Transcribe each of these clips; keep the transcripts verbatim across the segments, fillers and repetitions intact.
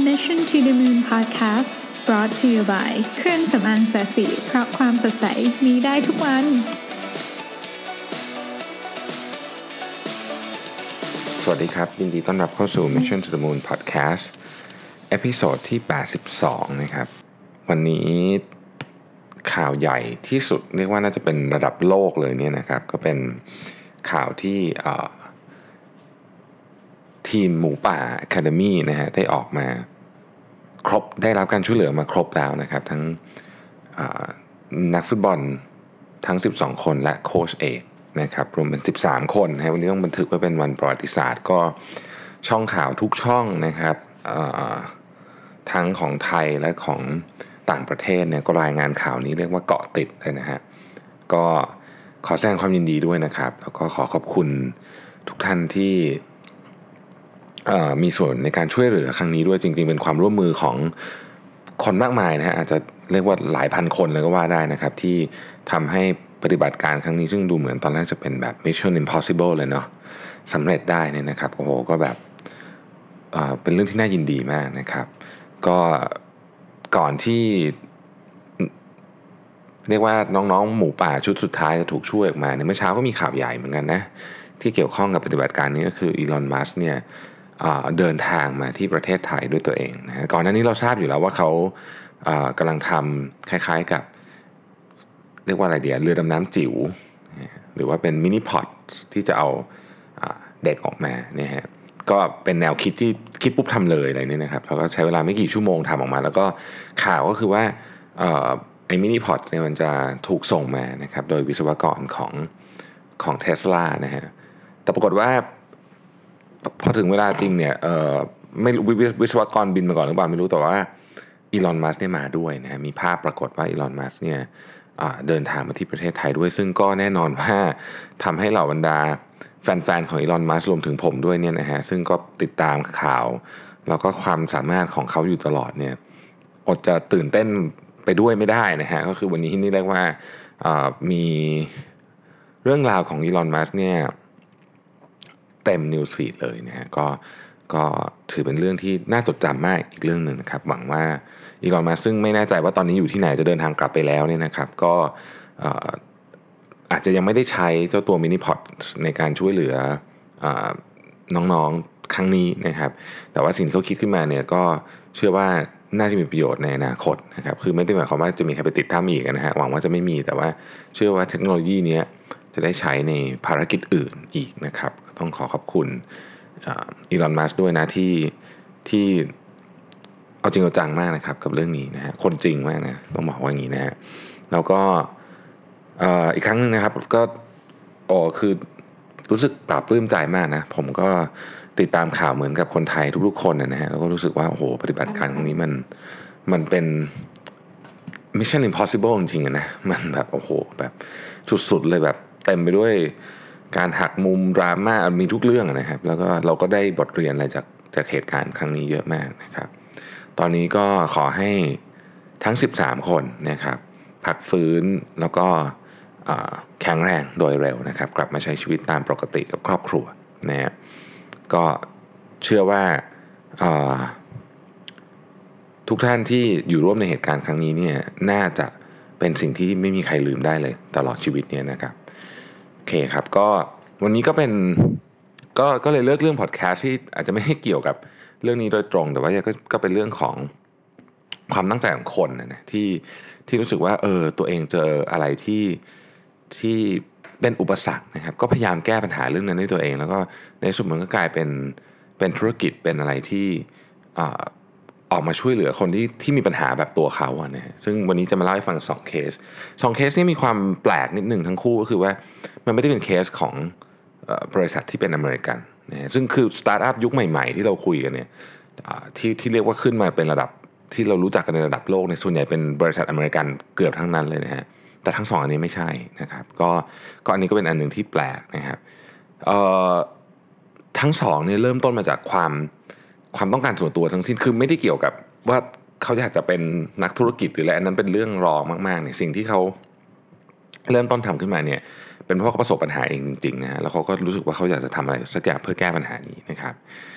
Mission to the Moon Podcast brought to you by เครื่องสำอางแสสีเพราะความสดใสมีได้ทุกวันสวัสดีครับยินดีต้อนรับเข้าสู่ Mission to the Moon Podcast เอพิโซดที่แปดสิบสองนะครับวันนี้ข่าวใหญ่ที่สุดเรียกว่าน่าจะเป็นระดับโลกเลยเนี่ยนะครับก็เป็นข่าวที่ทีมหมูป่า Academy นะฮะได้ออกมาครบได้รับการช่วยเหลือมาครบแล้วนะครับทั้งนักฟุตบอลทั้งสิบสองคนและโค้ชเอกนะครับรวมเป็นสิบสามคนนะวันนี้ต้องบันทึกไว้เป็นวันประวัติศาสตร์ก็ช่องข่าวทุกช่องนะครับทั้งของไทยและของต่างประเทศเนี่ยก็รายงานข่าวนี้เรียกว่าเกาะติดเลยนะฮะก็ขอแสดงความยินดีด้วยนะครับแล้วก็ขอขอบคุณทุกท่านที่มีส่วนในการช่วยเหลือครั้งนี้ด้วยจริงๆเป็นความร่วมมือของคนมากมายนะฮะอาจจะเรียกว่าหลายพันคนเลยก็ว่าได้นะครับที่ทำให้ปฏิบัติการครั้งนี้ซึ่งดูเหมือนตอนแรกจะเป็นแบบ Mission Impossible เลยเนาะสำเร็จได้เนี่ยนะครับโอ้โหก็แบบเอ่อเป็นเรื่องที่น่ายินดีมากนะครับก็ก่อนที่เรียกว่าน้องๆหมูป่าชุดสุดท้ายจะถูกช่วยออกมาเนี่ยเมื่อเช้าก็มีข่าวใหญ่เหมือนกันนะที่เกี่ยวข้องกับปฏิบัติการนี้ก็คืออีลอนมัสก์เนี่ยเดินทางมาที่ประเทศไทยด้วยตัวเองนะก่อนหน้านี้เราทราบอยู่แล้วว่าเขากำลังทำคล้ายๆกับเรียกว่าอะไรเดียวเรือดำน้ำจิ๋วหรือว่าเป็นมินิพอตที่จะเอาเด็กออกมาเนี่ยฮะก็เป็นแนวคิดที่คิดปุ๊บทำเลยอะไรเนี่ยนะครับแล้วก็ใช้เวลาไม่กี่ชั่วโมงทำออกมาแล้วก็ข่าวก็คือว่าไอ้มินิพอตเนี่ยมันจะถูกส่งมานะครับโดยวิศวกรของของ Tesla นะฮะแต่ปรากฏว่าพอถึงเวลาจริงเนี่ยไม่วิศวกรบินมาก่อนหรือเปล่าไม่รู้แต่ว่าอีลอนมัสก์เนี่ยมาด้วยนะมีภาพปรากฏว่าอีลอนมัสก์เนี่ยเดินทางมาที่ประเทศไทยด้วยซึ่งก็แน่นอนว่าทำให้เหล่าบรรดาแฟนๆของอีลอนมัสก์รวมถึงผมด้วยเนี่ยนะฮะซึ่งก็ติดตามข่าวแล้วก็ความสามารถของเขาอยู่ตลอดเนี่ยอดจะตื่นเต้นไปด้วยไม่ได้นะฮะก็คือวันนี้นี่เรียกว่ามีเรื่องราวของอีลอนมัสก์เนี่ยเต็มนิวส์ฟีดเลยนะฮะก็ก็ถือเป็นเรื่องที่น่าจดจำมากอีกเรื่องหนึ่งนะครับหวังว่าอีลอนมัสก์ซึ่งไม่แน่ใจว่าตอนนี้อยู่ที่ไหนจะเดินทางกลับไปแล้วเนี่ยนะครับก็อาจจะยังไม่ได้ใช้เจ้าตัวมินิพอตในการช่วยเหลือน้องๆครั้งนี้นะครับแต่ว่าสิ่งที่เขาคิดขึ้นมาเนี่ยก็เชื่อว่าน่าจะมีประโยชน์ในอนาคตนะครับคือไม่ได้หมายความว่าจะมีใครไปติดถ้ำอีกนะฮะหวังว่าจะไม่มีแต่ว่าเชื่อว่าเทคโนโลยีนี้จะได้ใช้ในภารกิจอื่นอีกนะครับต้องขอขอบคุณอีลอนมัสก์ด้วยนะที่ที่เอาจริงเอาจังมากนะครับกับเรื่องนี้นะฮะคนจริงมากนะต้องบอกว่าอย่างนี้นะฮะแล้วก็อีกครั้งนึงนะครับก็อ๋อคือรู้สึกปลาบปลื้มใจมากนะผมก็ติดตามข่าวเหมือนกับคนไทยทุกๆคนนะฮะแล้วก็รู้สึกว่าโอ้โหปฏิบัติการครั้งนี้มันมันเป็น Mission Impossible จริงๆนะมันแบบโอ้โหแบบสุดๆเลยแบบเต็มไปด้วยการหักมุมดราม่ามีทุกเรื่องนะครับแล้วก็เราก็ได้บทเรียนอะไรจากจากเหตุการณ์ครั้งนี้เยอะมากนะครับตอนนี้ก็ขอให้ทั้งสิบสามคนนะครับพักฟื้นแล้วก็แข็งแรงโดยเร็วนะครับกลับมาใช้ชีวิตตามปกติกับครอบครัวนะฮะก็เชื่อว่าทุกท่านที่อยู่ร่วมในเหตุการณ์ครั้งนี้เนี่ยน่าจะเป็นสิ่งที่ไม่มีใครลืมได้เลยตลอดชีวิตเนี่ยนะครับโอเคครับก็วันนี้ก็เป็นก็ก็เลยเลือกเรื่องพอดแคสต์ที่อาจจะไม่ได้เกี่ยวกับเรื่องนี้โดยตรงแต่ว่าก็ก็เป็นเรื่องของความตั้งใจของคนนะที่ที่รู้สึกว่าเออตัวเองเจออะไรที่ที่เป็นอุปสรรคนะครับก็พยายามแก้ปัญหาเรื่องนั้นด้วยตัวเองแล้วก็ในสุดมันก็กลายเป็นเป็นธุรกิจเป็นอะไรที่ออกมาช่วยเหลือคนที่ที่มีปัญหาแบบตัวเขาอะนะซึ่งวันนี้จะมาเล่าให้ฟังสองเคสสองเคสนี่มีความแปลกนิดหนึ่งทั้งคู่ก็คือว่ามันไม่ได้เป็นเคสของบริษัทที่เป็นอเมริกันนะซึ่งคือสตาร์ทอัพยุคใหม่ๆที่เราคุยกันเนี่ยที่ที่เรียกว่าขึ้นมาเป็นระดับที่เรารู้จักกันในระดับโลกเนี่ยส่วนใหญ่เป็นบริษัทอเมริกันเกือบทั้งนั้นเลยนะฮะแต่ทั้งสองอันนี้ไม่ใช่นะครับก็ก็อันนี้ก็เป็นอันหนึ่งที่แปลกนะครับทั้งสองเนี่ยเริ่มต้นมาจากความความต้องการส่วนตัวทั้งสิ้นคือไม่ได้เกี่ยวกับว่าเขาอยากจะเป็นนักธุรกิจหรืออะไรอันนั้นเป็นเรื่องรองมากๆเนี่ยสิ่งที่เขาเริ่มต้นทำขึ้นมาเนี่ยเป็นเพราะเขาประสบปัญหาเองจริงๆนะฮะแล้วเขาก็รู้สึกว่าเขาอยากจะทำอะไรสักอย่างเพื่อแก้ปัญหานี้นะครับ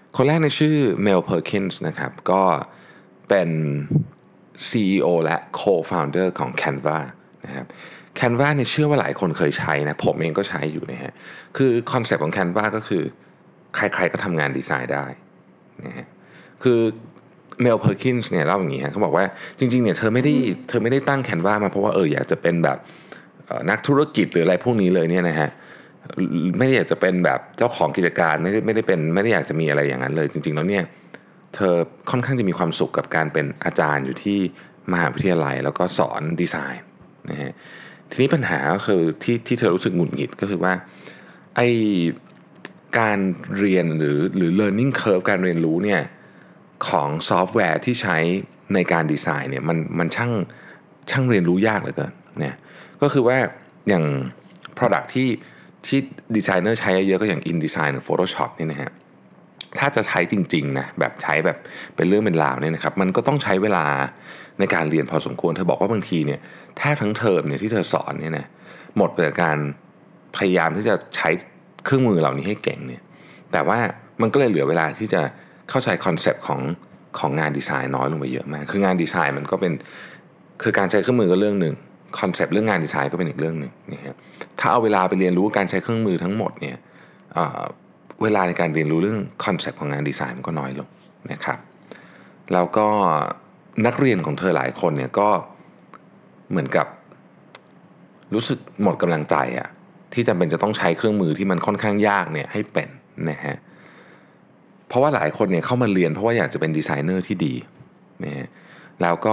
คนแรกในชื่อเมลเพอร์คินส์นะครับก็เป็น ซี อี โอ และ Co-founder ของ Canva นะครับ Canva เนี่ยเชื่อว่าหลายคนเคยใช้นะผมเองก็ใช้อยู่นะฮะคือคอนเซปต์ของ Canva ก็คือใครๆก็ทำงานดีไซน์ได้นะฮะคือเมลเพอร์คินส์เนี่ยเล่าอย่างนี้ฮะเขาบอกว่าจริงๆเนี่ยเธอไม่ได้เธอไม่ได้ตั้ง Canva มาเพราะว่าเอออยากจะเป็นแบบนักธุรกิจหรืออะไรพวกนี้เลยเนี่ยนะฮะไม่ได้อยากจะเป็นแบบเจ้าของกิจการไม่ได้ไม่ได้เป็นไม่ได้อยากจะมีอะไรอย่างนั้นเลยจริงๆแล้วเนี่ยเธอค่อนข้างจะมีความสุขกับการเป็นอาจารย์อยู่ที่มหาวิทยาลัยแล้วก็สอนดีไซน์นะฮะทีนี้ปัญหาก็คือที่ที่เธอรู้สึกหงุดหงิดก็คือว่าไอการเรียนหรือหรือ learning curve การเรียนรู้เนี่ยของซอฟต์แวร์ที่ใช้ในการดีไซน์เนี่ยมันมันช่างช่างเรียนรู้ยากเหลือเกินเนี่ยก็คือว่าอย่าง product ที่ที่ดีไซเนอร์ใช้เยอะก็อย่าง InDesign หรือ Photoshop นี่นะฮะถ้าจะใช้จริงๆนะแบบใช้แบบเป็นเรื่องเป็นราวเนี่ยนะครับมันก็ต้องใช้เวลาในการเรียนพอสมควรเธอบอกว่าบางทีเนี่ยแทบทั้งเทอมเนี่ยที่เธอสอนเนี่ยนะหมดไปกับการพยายามที่จะใช้เครื่องมือเหล่านี้ให้เก่งเนี่ยแต่ว่ามันก็เลยเหลือเวลาที่จะเข้าใจคอนเซปต์ของของงานดีไซน์น้อยลงไปเยอะมากคืองานดีไซน์มันก็เป็นคือการใช้เครื่องมือก็เรื่องนึงคอนเซปต์เรื่องงานดีไซน์ก็เป็นอีกเรื่องนึงนะฮะถ้าเอาเวลาไปเรียนรู้การใช้เครื่องมือทั้งหมดเนี่ยเวลาในการเรียนรู้เรื่องคอนเซปต์ของงานดีไซน์มันก็น้อยลงนะครับแล้วก็นักเรียนของเธอหลายคนเนี่ยก็เหมือนกับรู้สึกหมดกำลังใจอะที่จำเป็นจะต้องใช้เครื่องมือที่มันค่อนข้างยากเนี่ยให้เป็นนะฮะเพราะว่าหลายคนเนี่ยเข้ามาเรียนเพราะว่าอยากจะเป็นดีไซเนอร์ที่ดีนะฮะแล้วก็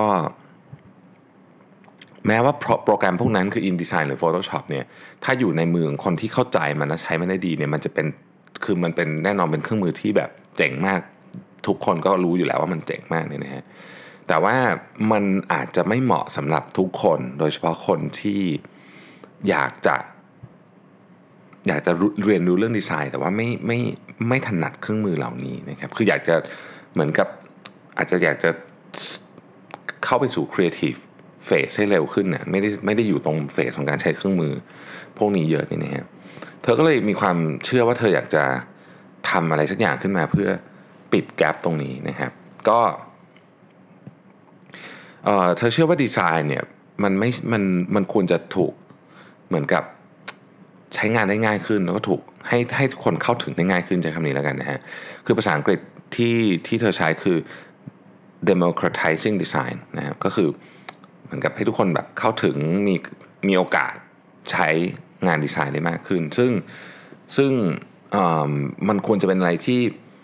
แม้ว่าโปรแกรมพวกนั้นคือ InDesign หรือ Photoshop เนี่ยถ้าอยู่ในมือของคนที่เข้าใจมันและใช้มันได้ดีเนี่ยมันจะเป็นคือมันเป็นแน่นอนเป็นเครื่องมือที่แบบเจ๋งมากทุกคนก็รู้อยู่แล้วว่ามันเจ๋งมากเนี่ยนะฮะแต่ว่ามันอาจจะไม่เหมาะสำหรับทุกคนโดยเฉพาะคนที่อยากจะอยากจะเรียนรู้เรื่องดีไซน์แต่ว่าไม่ไม่ไม่ถนัดเครื่องมือเหล่านี้นะครับคืออยากจะเหมือนกับอาจจะอยากจะเข้าไปสู่ creativeเฟสให้เร็วขึ้นเนี่ยไม่ได้ไม่ได้อยู่ตรงเฟสของการใช้เครื่องมือพวกนี้เยอะนี่นะฮะเธอก็เลยมีความเชื่อว่าเธออยากจะทำอะไรสักอย่างขึ้นมาเพื่อปิดแกปตรงนี้นะครับก็เอ่อเธอเชื่อว่าดีไซน์เนี่ยมันไม่มันมันควรจะถูกเหมือนกับใช้งานได้ง่ายขึ้นแล้วก็ถูกให้ให้คนเข้าถึงได้ง่ายขึ้นใช้คำนี้แล้วกันนะฮะคือภาษาอังกฤษที่ที่เธอใช้คือ democratizing design นะครับก็คือเหมือนกับให้ทุกคนแบบเข้าถึงมีมีโอกาสใช้งานดีไซน์ได้มากขึ้นซึ่งซึ่งมันควรจะเป็นอะไรที่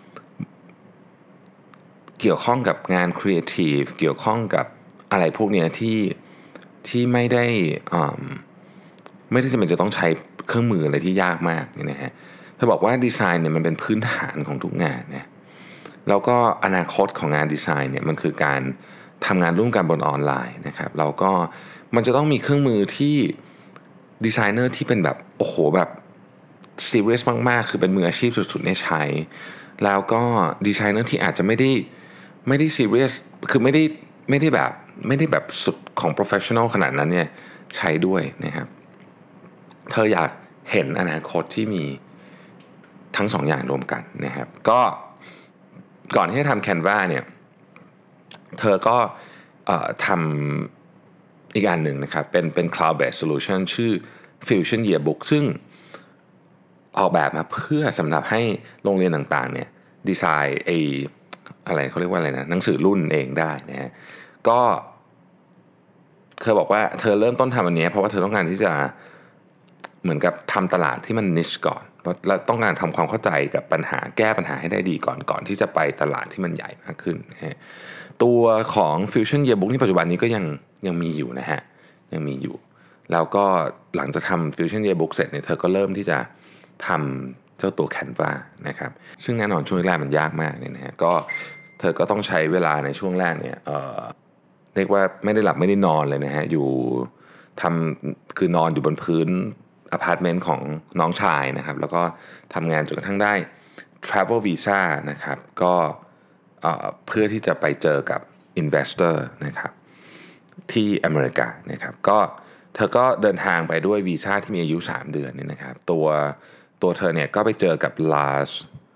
เกี่ยวข้องกับงานครีเอทีฟเกี่ยวข้องกับอะไรพวกนี้ที่ที่ไม่ได้ไม่ได้จำเป็นจะต้องใช้เครื่องมืออะไรที่ยากมากนี่นะฮะเธอบอกว่าดีไซน์เนี่ยมันเป็นพื้นฐานของทุกงานนะแล้วก็อนาคตของงานดีไซน์เนี่ยมันคือการทำงานร่วมกันบนออนไลน์นะครับแล้วก็มันจะต้องมีเครื่องมือที่ดีไซเนอร์ที่เป็นแบบโอ้โหแบบซีเรียสมากๆคือเป็นมืออาชีพสุดๆเนี่ยใช้แล้วก็ดีไซเนอร์ที่อาจจะไม่ได้ไม่ได้ซีเรียสคือไม่ได้ไม่ได้แบบไม่ได้แบบสุดของโปรเฟสชั่นอลขนาดนั้นเนี่ยใช้ด้วยนะครับเธออยากเห็นอนาคตที่มีทั้งสองอย่างรวมกันนะครับก็ก่อนที่จะทำ Canva เนี่ยเธอก็ทำอีกอันหนึ่งนะครับเป็นเป็น cloud based solution ชื่อ Fusion Yearbook ซึ่งออกแบบมาเพื่อสำหรับให้โรงเรียนต่างๆเนี่ยดีไซน์ไออะไรเขาเรียกว่าอะไรนะหนังสือรุ่นเองได้นะฮะก็เธอบอกว่าเธอเริ่มต้นทำอันนี้เพราะว่าเธอต้องการที่จะเหมือนกับทำตลาดที่มัน niche ก่อนแล้วต้องการทำความเข้าใจกับปัญหาแก้ปัญหาให้ได้ดีก่อนก่อนที่จะไปตลาดที่มันใหญ่มากขึ้นนะฮะตัวของ Fusion Yearbook ที่ปัจจุบันนี้ก็ยังยังมีอยู่นะฮะยังมีอยู่แล้วก็หลังจากทำ Fusion Yearbook เสร็จเนี่ยเธอก็เริ่มที่จะทำเจ้าตัว Canva นะครับซึ่งแน่นอนช่วงแรกมันยากมากเนี่ยนะฮะก็เธอก็ต้องใช้เวลาในช่วงแรกเนี่ยเอ่อเรียกว่าไม่ได้หลับไม่ได้นอนเลยนะฮะอยู่ทำคือนอนอยู่บนพื้นอพาร์ตเมนต์ของน้องชายนะครับแล้วก็ทำงานจนกระทั่งได้ Travel Visa นะครับก็เอ่อเพื่อที่จะไปเจอกับ Investor นะครับที่อเมริกานะครับก็เธอก็เดินทางไปด้วยวีซ่าที่มีอายุสามเดือนนี่นะครับตัวตัวเธอเนี่ยก็ไปเจอกับ Lars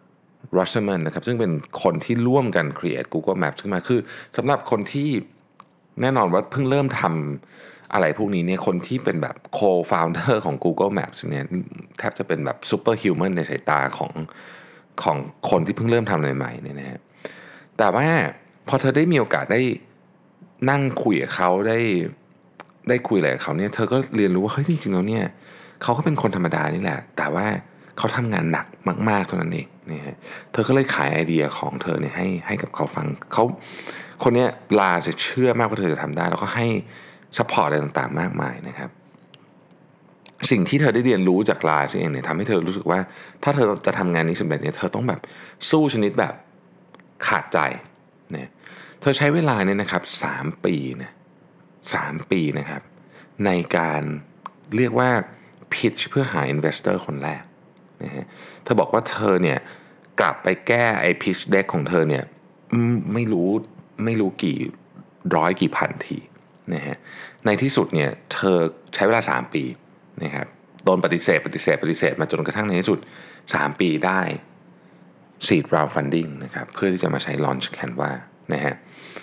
Wasserman นะครับซึ่งเป็นคนที่ร่วมกัน create Google Maps ขึ้นมาคือสำหรับคนที่แน่นอนว่าเพิ่งเริ่มทำอะไรพวกนี้เนี่ยคนที่เป็นแบบ co-founder ของ Google Maps เนี่ยแทบจะเป็นแบบ super human ในสายตาของของคนที่เพิ่งเริ่มทำใหม่ๆเนี่ยนะฮะแต่ว่าพอเธอได้มีโอกาสได้นั่งคุยกับเขาได้ได้คุยอะไรกับเขาเนี่ยเธอก็เรียนรู้ว่าเฮ้ยจริงๆแล้วเนี่ยเขาก็เป็นคนธรรมดานี่แหละแต่ว่าเขาทำงานหนักมากๆเท่านั้นเองนะฮะเธอก็เลยขายไอเดียของเธอเนี่ยให้ให้กับเขาฟังเขาคนเนี้ยลาจะเชื่อมากว่าเธอจะทำได้แล้วก็ให้ซัพพอร์ตอะไรต่างๆมากมายนะครับสิ่งที่เธอได้เรียนรู้จากลาเองเนี่ยทำให้เธอรู้สึกว่าถ้าเธอจะทำงานนี้สำเร็จเนี่ยเธอต้องแบบสู้ชนิดแบบขาดใจเนี่ยเธอใช้เวลาเนี่ยนะครับสามปีนะสามปีนะครับในการเรียกว่า pitch เพื่อหา investor คนแรกนะฮะเธอบอกว่าเธอเนี่ยกลับไปแก้ไอ้ pitch deck ของเธอเนี่ยไม่รู้ไม่รู้กี่ร้อยกี่พันทีนะฮะในที่สุดเนี่ยเธอใช้เวลาสามปีนะครับโดนปฏิเสธปฏิเสธปฏิเสธมาจนกระทั่งในที่สุดสามปีได้ seed round funding นะครับเพื่อที่จะมาใช้ launch Canva นะฮะ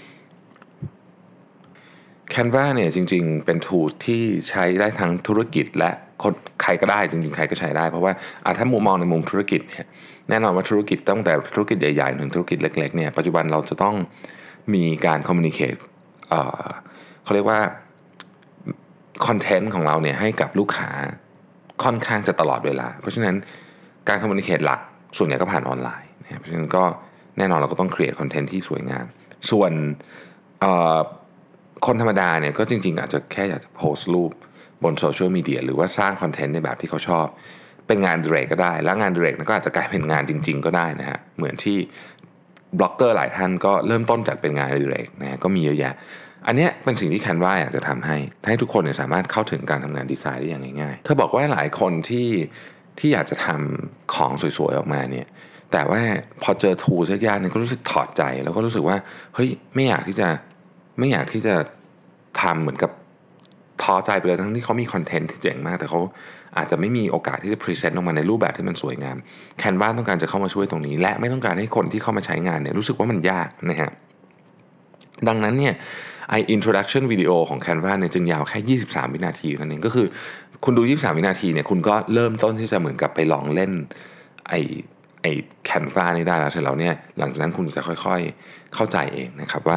Canva เนี่ยจริงๆเป็น tool ที่ใช้ได้ทั้งธุรกิจและคนใครก็ได้จริงๆใครก็ใช้ได้เพราะว่าถ้ามุมมองในมุมธุรกิจเนี่ยแน่นอนว่าธุรกิจตั้งแต่ธุรกิจใหญ่ๆถึงธุรกิจเล็กๆเนี่ยปัจจุบันเราจะต้องมีการ communicate เอ่อเขาเรียกว่าคอนเทนต์ของเราเนี่ยให้กับลูกค้าค่อนข้างจะตลอดเวลาเพราะฉะนั้นการคอมมูนิเคตหลักส่วนใหญ่ก็ผ่านออนไลน์นะเพราะฉะนั้นก็แน่นอนเราก็ต้อง create คอนเทนต์ที่สวยงามส่วนคนธรรมดาเนี่ยก็จริงๆอาจจะแค่อยากจะโพสต์รูปบนโซเชียลมีเดียหรือว่าสร้างคอนเทนต์ในแบบที่เขาชอบเป็นงานดิเรกก็ได้แล้วงานดิเรกก็อาจจะกลายเป็นงานจริงๆก็ได้นะฮะเหมือนที่บล็อกเกอร์หลายท่านก็เริ่มต้นจากเป็นงานดิเรกนะฮะก็มีเยอะแยะอันนี้เป็นสิ่งที่ Canva อยากจะทำให้ให้ทุกคนเนี่ยสามารถเข้าถึงการทำงานดีไซน์ได้อย่างง่ายๆเธอบอกว่าหลายคนที่ที่อยากจะทำของสวยๆออกมาเนี่ยแต่ว่าพอเจอทูลยากๆเนี่ยก็รู้สึกถอดใจแล้วก็รู้สึกว่าเฮ้ยไม่อยากที่จะไม่อยากที่จะทำเหมือนกับท้อใจไปเลยทั้งที่เขามีคอนเทนต์ที่เจ๋งมากแต่เขาอาจจะไม่มีโอกาสที่จะพรีเซนต์ออกมาในรูปแบบที่มันสวยงาม Canva ต้องการจะเข้ามาช่วยตรงนี้และไม่ต้องการให้คนที่เข้ามาใช้งานเนี่ยรู้สึกว่ามันยากนะฮะดังนั้นเนี่ยไอ introduction วิดีโอของ Canva เนี่ยจึงยาวแค่ยี่สิบสามวินาทีนั่นเองก็คือคุณดูยี่สิบสามวินาทีเนี่ยคุณก็เริ่มต้นที่จะเหมือนกับไปลองเล่นไอไอ Canva นี่ได้แล้วเสร็จแล้วเนี่ยหลังจากนั้นคุณจะค่อยๆเข้าใจเองนะครับว่า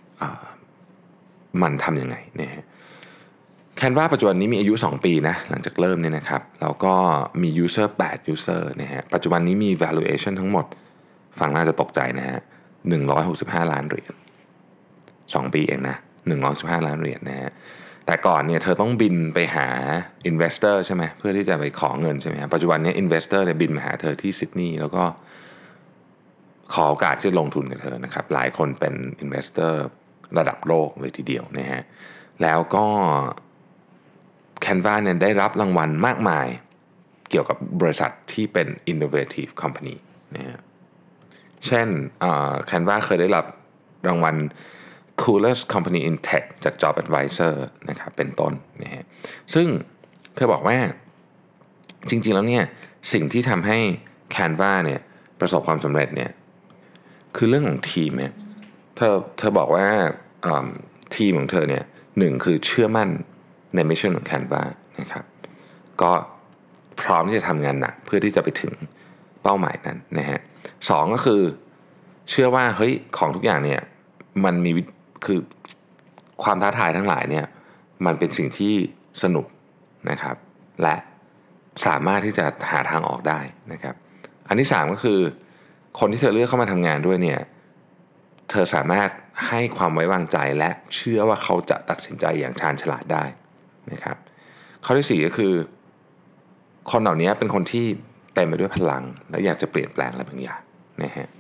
มันทำยังไงนะฮะ Canva ปัจจุบันนี้มีอายุสองปีนะหลังจากเริ่มเนี่ยนะครับแล้วก็มี user แปด user นะฮะปัจจุบันนี้มี valuation ทั้งหมดฟังน่าจะตกใจนะฮะหนึ่งร้อยหกสิบห้าล้านเหรียญสองปีเองนะหนึ่งร้อยสิบห้าล้านเหรียญนะฮะแต่ก่อนเนี่ยเธอต้องบินไปหา investor ใช่ไหมเพื่อที่จะไปขอเงินใช่ไหมปัจจุบันนี้ investor เนี่ยบินมาหาเธอที่ซิดนีย์แล้วก็ขอโอกาสที่จะลงทุนกับเธอนะครับหลายคนเป็น investor ระดับโลกเลยทีเดียวนะฮะแล้วก็ Canva เนี่ยได้รับรางวัลมากมายเกี่ยวกับบริษัทที่เป็น innovative company นะฮะเช่น Canva เคยได้รับรางวัล Coolest Company in Tech จาก Job Advisor นะครับเป็นต้นนะฮะซึ่งเธอบอกว่าจริงๆแล้วเนี่ยสิ่งที่ทำให้ Canva เนี่ยประสบความสำเร็จเนี่ยคือเรื่องของทีมเนี่ยเธอเธอบอกว่าทีมของเธอเนี่ยหนึ่งคือเชื่อมั่นในมิชชั่นของ Canva นะครับก็พร้อมที่จะทำงานหนักเพื่อที่จะไปถึงเป้าหมายนั้นนะฮะสองก็คือเชื่อว่าเฮ้ยของทุกอย่างเนี่ยมันมีคือความท้าทายทั้งหลายเนี่ยมันเป็นสิ่งที่สนุกนะครับและสามารถที่จะหาทางออกได้นะครับอันที่สามก็คือคนที่เธอเลือกเข้ามาทำงานด้วยเนี่ยเธอสามารถให้ความไว้วางใจและเชื่อว่าเขาจะตัดสินใจอย่างชาญฉลาดได้นะครับข้อที่สี่ก็คือคนเหล่านี้เป็นคนที่เต็มไปด้วยพลังและอยากจะเปลี่ยนแปลงอะไรบางอย่างนะฮะ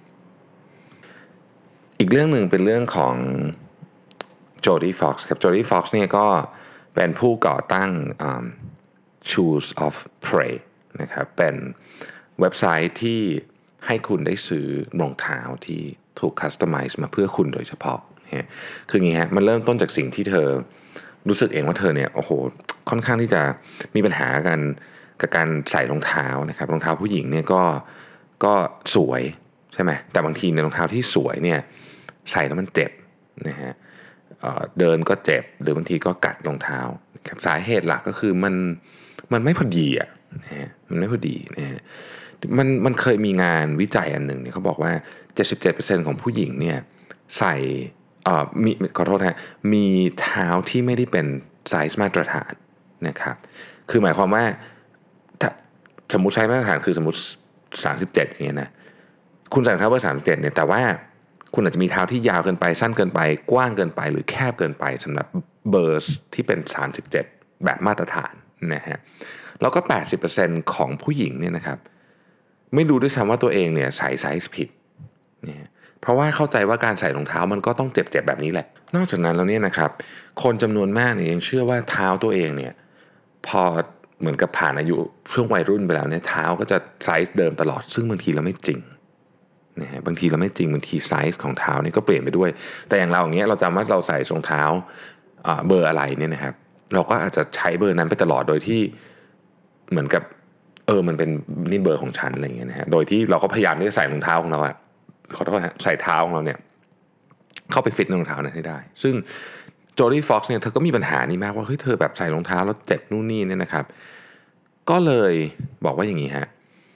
อีกเรื่องหนึ่งเป็นเรื่องของโจดี้ฟ็อกซ์ครับโจดี้ฟ็อกซ์เนี่ยก็เป็นผู้ก่อตั้ง Shoes of Prey นะครับเป็นเว็บไซต์ที่ให้คุณได้ซื้อรองเท้าที่ถูกคัสตอมไมซ์มาเพื่อคุณโดยเฉพาะคืออย่างนี้ฮะมันเริ่มต้นจากสิ่งที่เธอรู้สึกเองว่าเธอเนี่ยโอ้โหค่อนข้างที่จะมีปัญหากันกับการใส่รองเท้านะครับรองเท้าผู้หญิงเนี่ยก็ก็สวยใช่ไหมแต่บางทีในรองเท้าที่สวยเนี่ยใส่แล้วมันเจ็บนะฮะ เอ่อเดินก็เจ็บหรือบางทีก็กัดรองเท้าสาเหตุหลักก็คือมันมันไม่พอดีอ่ะนะฮะมันไม่พอดีนะฮะมันมันเคยมีงานวิจัยอันหนึ่งเนี่ยเขาบอกว่า เจ็ดสิบเจ็ดเปอร์เซ็นต์ ของผู้หญิงเนี่ยใส่เอ่อมีขอโทษนะมีเท้าที่ไม่ได้เป็นไซส์มาตรฐานนะครับคือหมายความว่าถ้าสมมุติไซส์มาตรฐานคือสมมุติสามสิบเจ็ดอย่างเงี้ยนะคุณใส่รองเท้าเบอร์สามสิบเจ็ดเนี่ยแต่ว่าคุณอาจจะมีเท้าที่ยาวเกินไปสั้นเกินไปกว้างเกินไปหรือแคบเกินไปสำหรับเบอร์ที่เป็นสามสิบเจ็ดแบบมาตรฐานนะฮะแล้วก็ แปดสิบเปอร์เซ็นต์ ของผู้หญิงเนี่ยนะครับไม่รู้ด้วยซ้ำว่าตัวเองเนี่ยใส่ไซส์ผิดนะเพราะว่าเข้าใจว่าการใส่รองเท้ามันก็ต้องเจ็บๆแบบนี้แหละนอกจากนั้นแล้วเนี่ยนะครับคนจำนวนมากเนี่ยยังเชื่อว่าเท้าตัวเองเนี่ยพอเหมือนกับผ่านอายุช่วงวัยรุ่นไปแล้วเนี่ยเท้าก็จะไซส์เดิมตลอดซึ่งบางทีเราไม่จริงนะฮะบางทีเราไม่จริงบางทีไซส์ของเท้านี่ก็เปลี่ยนไปด้วยแต่อย่างเราอย่างเงี้ยเราจำว่าเราใส่รองเท้าเบอร์อะไรเนี่ยนะครับเราก็อาจจะใช้เบอร์นั้นไปตลอดโดยที่เหมือนกับเออมันเป็นนี่เบอร์ของฉันอะไรอย่างเงี้ยนะฮะโดยที่เราก็พยายามที่จะใส่รองเท้าของเราอะขอโทษนะใส่เท้าของเราเนี่ยเข้าไปฟิตในรองเท้านั้นให้ได้ซึ่งโจดี้ฟ็อกซ์เนี่ยเธอก็มีปัญหานี้มากว่าเฮ้ยเธอแบบใส่รองเท้าแล้วเจ็บนู่นนี่เนี่ยนะครับก็เลยบอกว่าอย่างนี้ฮะ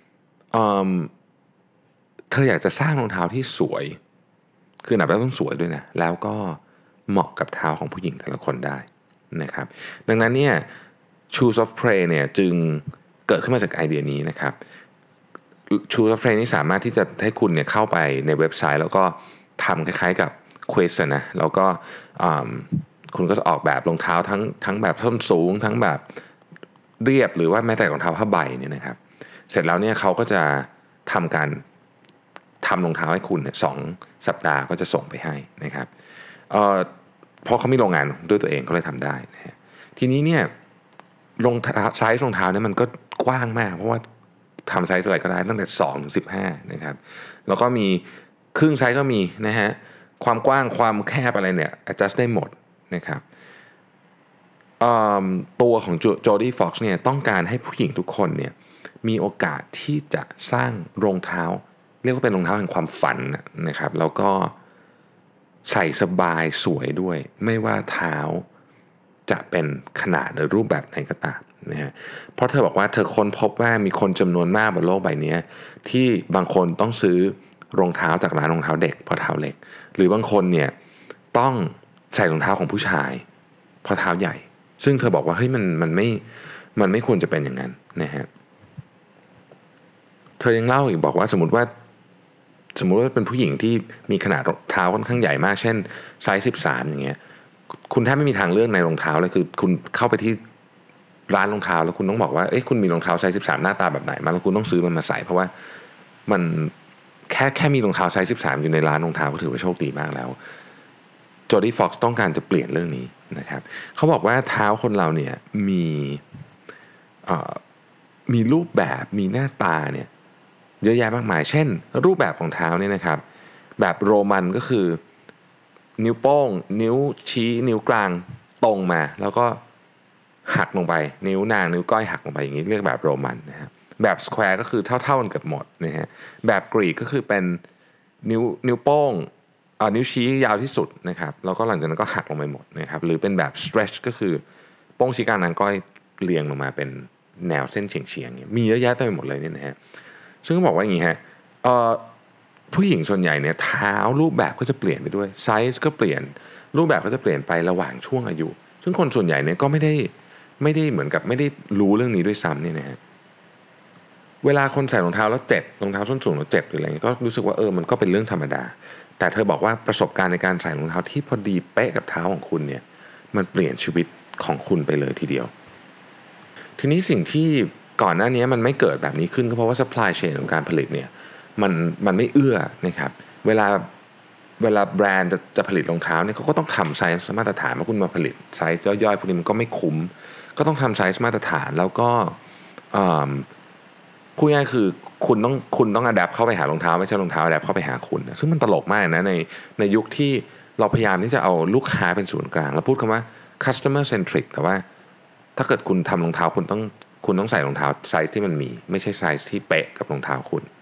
เธออยากจะสร้างรองเท้าที่สวยคือหนับแล้วต้องสวยด้วยนะแล้วก็เหมาะกับเท้าของผู้หญิงแต่ละคนได้นะครับดังนั้นเนี่ย Shoes of Prey เนี่ยจึงเกิดขึ้นมาจากไอเดียนี้นะครับ Shoes of Prey นี่สามารถที่จะให้คุณเนี่ยเข้าไปในเว็บไซต์แล้วก็ทำคล้ายๆกับ Quiz นะแล้วก็คุณก็จะออกแบบรองเท้าทั้งทั้งแบบส้นสูงทั้งแบบเรียบหรือว่าแม้แต่รองเท้าผ้าใบเนี่ยนะครับเสร็จแล้วเนี่ยเขาก็จะทำการทำรองเท้าให้คุณเนี่ยสองสัปดาห์ก็จะส่งไปให้นะครับเอ่อเพราะเขามีโรงงานด้วยตัวเองเขาเลยทำได้นะฮะทีนี้เนี่ยรองเท้าไซส์รองเท้าเนี่ยมันก็กว้างมากเพราะว่าทำไซส์อะไรก็ได้ตั้งแต่สองถึงสิบห้านะครับแล้วก็มีครึ่งไซส์ก็มีนะฮะความกว้างความแคบอะไรเนี่ย adjust ได้หมดนะครับตัวของโจดี้ฟ็อกซ์เนี่ยต้องการให้ผู้หญิงทุกคนเนี่ยมีโอกาสที่จะสร้างรองเท้าเรียกว่าเป็นรองเท้าแห่งความฝันนะครับแล้วก็ใส่สบายสวยด้วยไม่ว่าเท้าจะเป็นขนาดหรือรูปแบบไหนก็ตามนะฮะเพราะเธอบอกว่าเธอค้นพบว่ามีคนจำนวนมากบนโลกใบนี้ที่บางคนต้องซื้อรองเท้าจากร้านรองเท้าเด็กเพราะเท้าเล็กหรือบางคนเนี่ยต้องใส่รองเท้าของผู้ชายเพราะเท้าใหญ่ซึ่งเธอบอกว่าเฮ้ยมันมันไม่มันไม่ควรจะเป็นอย่างนั้นนะฮะเธอยังเล่าอีกบอกว่าสมมติว่าสมมุติว่าเป็นผู้หญิงที่มีขนาดเท้าค่อนข้างใหญ่มากเช่นไซส์สิบสามอย่างเงี้ยคุณแทบไม่มีทางเลือกในรองเท้าเลยคือคุณเข้าไปที่ร้านรองเท้าแล้วคุณต้องบอกว่าเอ้ยคุณมีรองเท้าไซส์สิบสามหน้าตาแบบไหนมาแล้วคุณต้องซื้อมันมาใส่เพราะว่ามันแค่แค่มีรองเท้าไซส์สิบสามอยู่ในร้านรองเท้าก็ถือว่าโชคดีมากแล้วโจดี้ฟ็อกซ์ต้องการจะเปลี่ยนเรื่องนี้นะครับเขาบอกว่าเท้าคนเราเนี่ยมีมีรูปแบบมีหน้าตาเนี่ยเยอะแยะมากมายเช่นรูปแบบของเท้าเนี่ยนะครับแบบโรมันก็คือนิ้วโป้งนิ้วชี้นิ้วกลางตรงมาแล้วก็หักลงไปนิ้วนางนิ้วก้อยหักลงไปอย่างนี้เรียกแบบโรมันนะฮะแบบสแควร์ก็คือเท่าๆกันเกือบหมดนะฮะแบบกรีกก็คือเป็นนิ้วนิ้วโป้งอ่านิ้วชี้ยาวที่สุดนะครับแล้วก็หลังจากนั้นก็หักลงไปหมดนะครับหรือเป็นแบบ stretch ก็คือโป้งชี้กลางนางก้อยเรียงลงมาเป็นแนวเส้นเฉียงๆมีเยอะแยะเต็มไปหมดเลยเนี่ยนะฮะซึ่งก็บอกว่าอย่างนี้ฮะผู้หญิงส่วนใหญ่เนี่ยเท้ารูปแบบก็จะเปลี่ยนไปด้วยไซส์ก็เปลี่ยนรูปแบบก็จะเปลี่ยนไประหว่างช่วงอายุซึ่งคนส่วนใหญ่เนี่ยก็ไม่ได้ไม่ได้เหมือนกับไม่ได้รู้เรื่องนี้ด้วยซ้ำเนี่ยนะฮะเวลาคนใส่รองเท้าแล้วเจ็บรองเท้าส้นสูงแล้วเจ็บหรืออะไรก็รู้สึกว่าเออมันก็เป็นเรื่องธรรมดาแต่เธอบอกว่าประสบการณ์ในการใส่รองเท้าที่พอดีเป๊ะกับเท้าของคุณเนี่ยมันเปลี่ยนชีวิตของคุณไปเลยทีเดียวทีนี้สิ่งที่ก่อนหน้านี้มันไม่เกิดแบบนี้ขึ้นก็เพราะว่า supply chain ของการผลิตเนี่ยมันมันไม่เอื้อนะครับเวลาเวลาแบรนด์จะจะผลิตรองเท้าเนี่ยเขาก็ต้องทำไซส์มาตรฐานมาคุณมาผลิตไซส์ย่อยๆพวกนี้มันก็ไม่คุ้มก็ต้องทำไซส์มาตรฐานแล้วก็พูดง่ายคือคุณต้องคุณต้องอัดแอปเข้าไปหารองเท้าไม่ใช่รองเท้าอัดแอปเข้าไปหาคุณซึ่งมันตลกมากนะในในยุคที่เราพยายามที่จะเอาลูกค้าเป็นศูนย์กลางแล้วพูดคำว่า customer centric แต่ว่าถ้าเกิดคุณทำรองเท้าคุณต้องคุณต้องใส่รองเท้าไซส์ที่มันมีไม่ใช่ไซส์ที่เป๊ะกับรองเท้าคุณ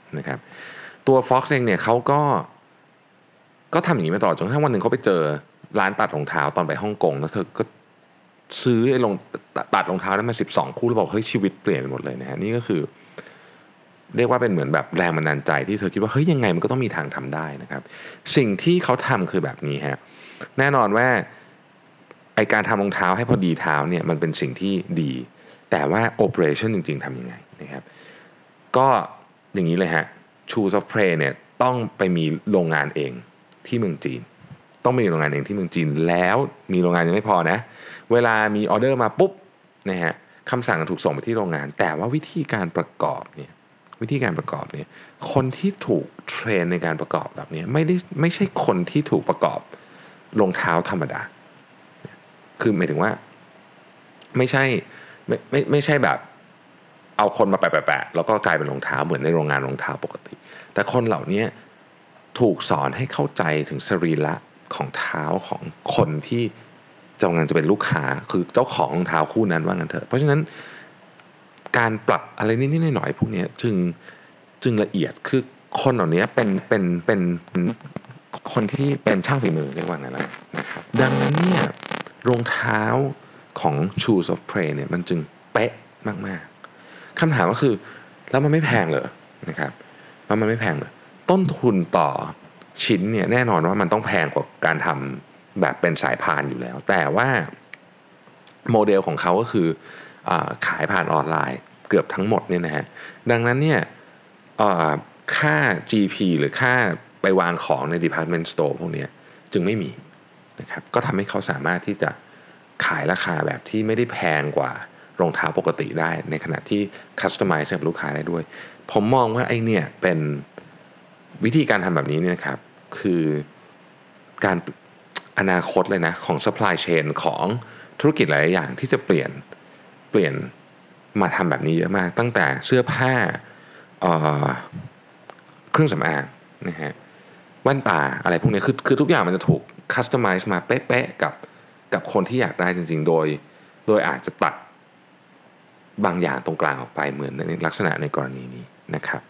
นะครับตัว Fox เองเนี่ยเขาก็ก็ทำอย่างนี้มาตลอดจนกระทั่งวันหนึ่งเขาไปเจอร้านตัดรองเท้าตอนไปฮ่องกงแล้วเธอก็ซื้อไอ้รองตัดรองเท้าได้มาสิบสองคู่แล้วบอกเฮ้ยชีวิตเปลี่ยนไปหมดเลยนะฮะนี่ก็คือเรียกว่าเป็นเหมือนแบบแรงบันดาลใจที่เธอคิดว่าเฮ้ยยังไงมันก็ต้องมีทางทำได้นะครับสิ่งที่เขาทำคือแบบนี้ฮะแน่นอนว่าไอการทำรองเท้าให้พอดีเท้าเนี่ยมันเป็นสิ่งที่ดีแต่ว่า operation จริงๆทำยังไงนะครับก็อย่างนี้เลยฮะ Shoes of Prey เนี่ยต้องไปมีโรงงานเองที่เมืองจีนต้องมีโรงงานเองที่เมืองจีนแล้วมีโรงงานยังไม่พอนะเวลามีออเดอร์มาปุ๊บนะฮะคำสั่งถูกส่งไปที่โรงงานแต่ว่าวิธีการประกอบเนี่ยวิธีการประกอบเนี่ยคนที่ถูกเทรนในการประกอบแบบนี้ไม่ได้ไม่ใช่คนที่ถูกประกอบรองเท้าธรรมดาคือหมายถึงว่าไม่ใช่ไม่ไม่ไม่ใช่แบบเอาคนมาแปะๆแล้วก็กลายเป็นรองเท้าเหมือนในโรงงานรองเท้าปกติแต่คนเหล่านี้ถูกสอนให้เข้าใจถึงสรีระของเท้าของคนที่กำลังจะเป็นลูกค้าคือเจ้าของรองเท้าคู่นั้นว่างั้นเถอะเพราะฉะนั้นการปรับอะไรนิดๆหน่อยๆพวกนี้จึงจึงละเอียดคือคนเหล่านี้เป็นเป็นเป็นคนที่เป็นช่างฝีมือเรียกว่างั้นนะครับดังนั้นเนี่ยรองเท้าของ Shoes of Prey เนี่ยมันจึงเป๊ะมากๆคำถามก็คือแล้วมันไม่แพงเหรอนะครับแล้วมันไม่แพงเหรอต้นทุนต่อชิ้นเนี่ยแน่นอนว่ามันต้องแพงกว่าการทำแบบเป็นสายพานอยู่แล้วแต่ว่าโมเดลของเขาก็คืออาขายผ่านออนไลน์เกือบทั้งหมดเนี่ยนะฮะดังนั้นเนี่ยค่า จี พี หรือค่าไปวางของใน Department Store พวกนี้จึงไม่มีนะครับก็ทำให้เขาสามารถที่จะขายราคาแบบที่ไม่ได้แพงกว่ารองเท้าปกติได้ในขณะที่คัสตอมไมซ์กับลูกค้าได้ด้วยผมมองว่าไอ้เนี่ยเป็นวิธีการทำแบบนี้เนี่ยนะครับคือการอนาคตเลยนะของ supply chain ของธุรกิจหลายอย่างที่จะเปลี่ยนเปลี่ยนมาทำแบบนี้เยอะมากตั้งแต่เสื้อผ้าเอ่อเครื่องสำอางนะฮะแว่นตาอะไรพวกนี้คือคือทุกอย่างมันจะถูกคัสตอมไมซ์มาเป๊ะๆกับกับคนที่อยากได้จริงๆโดยโดยอาจจะตัดบางอย่างตรงกลางออกไปเหมือนในลักษณะในกรณีนี้นะครับ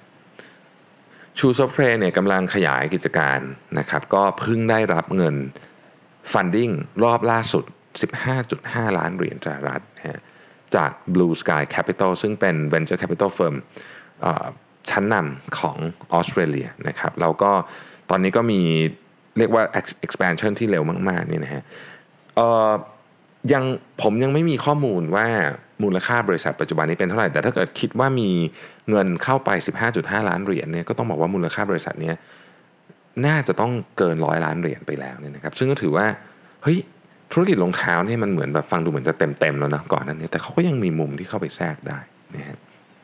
Shoes of Prey เนี่ยกำลังขยายกิจการนะครับก็เพิ่งได้รับเงิน funding รอบล่าสุด สิบห้าจุดห้า ล้านเหรียญสหรัฐนะฮะจาก Blue Sky Capital ซึ่งเป็น Venture Capital Firm ชั้นนำของออสเตรเลียนะครับแล้วก็ตอนนี้ก็มีเรียกว่า expansion ที่เร็วมากๆนี่นะฮะยังผมยังไม่มีข้อมูลว่ามูลค่าบริษัทปัจจุบันนี้เป็นเท่าไหร่แต่ถ้าเกิดคิดว่ามีเงินเข้าไป สิบห้าจุดห้า ล้านเหรียญเนี่ยก็ต้องบอกว่ามูลค่าบริษัทนี้น่าจะต้องเกินร้อยล้านเหรียญไปแล้วเนี่ยนะครับซึ่งก็ถือว่าเฮ้ยธุรกิจรองเท้าเนี่ยมันเหมือนแบบฟังดูเหมือนจะเต็มๆแล้วนะก่อนนั้นเนี่ยแต่เขาก็ยังมีมุมที่เข้าไปแทรกได้นะฮะ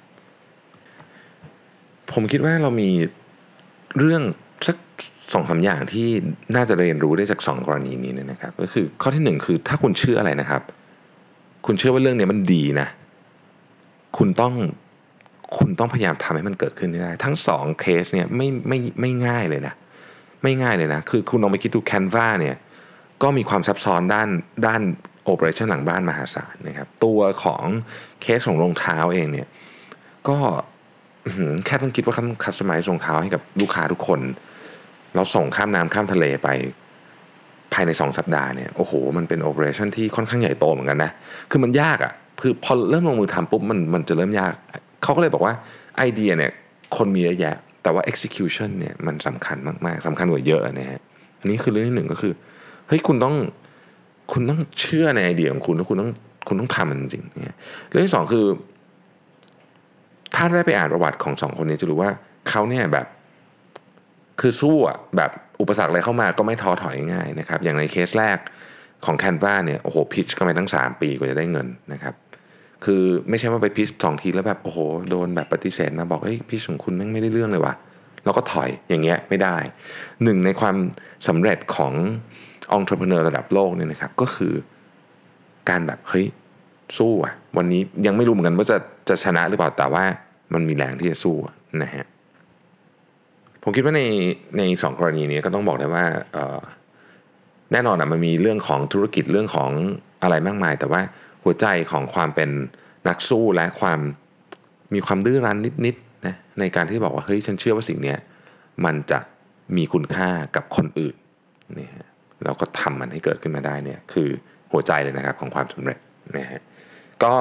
ผมคิดว่าเรามีเรื่องสักสองสามอย่างที่น่าจะเรียนรู้ได้จากสองกรณีนี้นะครับก็คือข้อที่หนึ่งคือถ้าคุณเชื่ออะไรนะครับคุณเชื่อว่าเรื่องนี้มันดีนะคุณต้องคุณต้องพยายามทำให้มันเกิดขึ้นได้ทั้งสองเคสเนี่ยไม่ไม่ไม่ง่ายเลยนะไม่ง่ายเลยนะคือคุณลองไปคิดดู Canva เนี่ยก็มีความซับซ้อนด้านด้านโอเปอเรชั่นหลังบ้านมหาศาลนะครับตัวของเคสของรองเท้าเองเนี่ยก็แค่ต้องคิดว่าคัสตอมไมซ์รองเท้าให้กับลูกค้าทุกคนเราส่งข้ามน้ำข้ามทะเลไปภายในสองสัปดาห์เนี่ยโอ้โหมันเป็นโอเปอเรชั่นที่ค่อนข้างใหญ่โตเหมือนกันนะคือมันยากอ่ะคือพอเริ่มลงมือทำปุ๊บมันมันจะเริ่มยากเขาก็เลยบอกว่าไอเดียเนี่ยคนมีเยอะแยะแต่ว่า execution เนี่ยมันสำคัญมากๆสำคัญกว่าเยอะนะฮะอันนี้คือเรื่องที่หนึ่งก็คือเฮ้ยคุณต้องคุณต้องเชื่อในไอเดียของคุณแล้วคุณต้องคุณต้องทำมันจริงๆเนี่ยเรื่องที่สองคือถ้าได้ไปอ่านประวัติของสองคนนี้จะรู้ว่าเขาเนี่ยแบบคือสู้อ่ะแบบอุปสรรคอะไรเข้ามาก็ไม่ท้อถอยง่ายนะครับอย่างในเคสแรกของ Canva เนี่ยโอ้โหพิชกันไปตั้งสามปีกว่าจะได้เงินนะครับคือไม่ใช่ว่าไปพิชสองทีแล้วแบบโอ้โหโดนแบบปฏิเสธมาบอกเฮ้ยพิชของคุณแม่งไม่ได้เรื่องเลยว่ะแล้วก็ถอยอย่างเงี้ยไม่ได้หนึ่งในความสำเร็จของ entrepreneur ระดับโลกเนี่ยนะครับก็คือการแบบเฮ้ยสู้อ่ะวันนี้ยังไม่รู้เหมือนกันว่าจะจะชนะหรือเปล่าแต่ว่ามันมีแรงที่จะสู้นะฮะผมคิดว่าในในสองกรณีนี้ก็ต้องบอกได้ว่าแน่นอนอ่ะมันมีเรื่องของธุรกิจเรื่องของอะไรมากมายแต่ว่าหัวใจของความเป็นนักสู้และความมีความดื้อรั้นนิดๆนะในการที่บอกว่าเฮ้ยฉันเชื่อว่าสิ่งนี้มันจะมีคุณค่ากับคนอื่นนี่ฮะแล้วก็ทำมันให้เกิดขึ้นมาได้เนี่ยคือหัวใจเลยนะครับของความสำเร็จนะฮะก็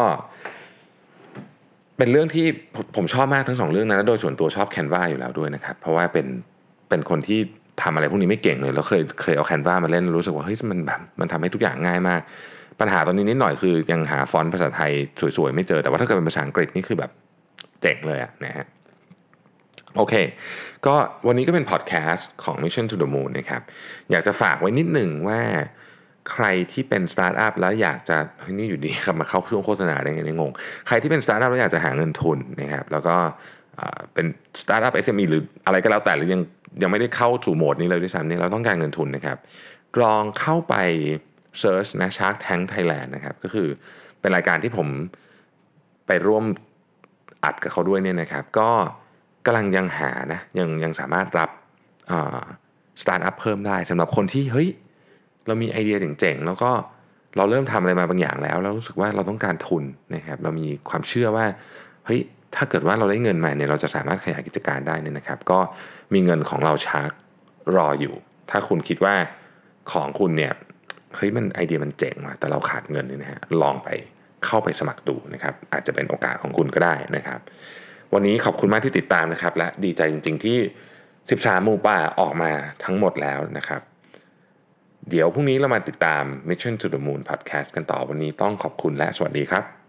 เป็นเรื่องที่ผมชอบมากทั้งสองเรื่องนะและโดยส่วนตัวชอบ Canva อยู่แล้วด้วยนะครับเพราะว่าเป็นเป็นคนที่ทำอะไรพวกนี้ไม่เก่งเลยแล้วเคยเคยเอา Canva มาเล่นรู้สึกว่าเฮ้ยมันแบบมันทำให้ทุกอย่างง่ายมากปัญหาตอนนี้นิดหน่อยคือยังหาฟอนต์ภาษาไทยสวยๆไม่เจอแต่ว่าถ้าเกิดเป็นภาษาอังกฤษนี่คือแบบเจ๋งเลยอะนะฮะโอเคก็วันนี้ก็เป็นพอดแคสต์ของ Mission to the Moon นะครับอยากจะฝากไว้นิดหนึ่งว่าใครที่เป็นสตาร์ทอัพแล้วอยากจะเฮ้ยนี่อยู่ดีครับมาเข้าช่วงโฆษณาได้ไงเนี่ยงงใครที่เป็นสตาร์ทอัพแล้วอยากจะหาเงินทุนนะครับแล้วก็เป็นสตาร์ทอัพ เอส เอ็ม อี หรืออะไรก็แล้วแต่หรือยังยังไม่ได้เข้าสู่โหมดนี้เลยด้วยซ้ำเนี่ยเราต้องการเงินทุนนะครับลองเข้าไปเซิร์ชนะ Shark Tank Thailand นะครับก็คือเป็นรายการที่ผมไปร่วมอัดกับเขาด้วยเนี่ยนะครับก็กำลังยังหานะยังยังสามารถรับสตาร์ทอัพเพิ่มได้สำหรับคนที่เฮ้ยเรามีไอเดียเจ๋งๆแล้วก็เราเริ่มทำอะไรมาบางอย่างแล้วแล้วรู้สึกว่าเราต้องการทุนนะครับเรามีความเชื่อว่าเฮ้ยถ้าเกิดว่าเราได้เงินมาเนี่ยเราจะสามารถขยายกิจการได้เนี่ยนะครับก็มีเงินของเราชาร์กรออยู่ถ้าคุณคิดว่าของคุณเนี่ยเฮ้ยมันไอเดียมันเจ๋งว่ะแต่เราขาดเงินเนี่ยนะฮะลองไปเข้าไปสมัครดูนะครับอาจจะเป็นโอกาสของคุณก็ได้นะครับวันนี้ขอบคุณมากที่ติดตามนะครับและดีใจจริงๆที่สิบสามหมู่ป่าออกมาทั้งหมดแล้วนะครับเดี๋ยวพรุ่งนี้เรามาติดตาม Mission to the Moon Podcast กันต่อวันนี้ต้องขอบคุณและสวัสดีครับ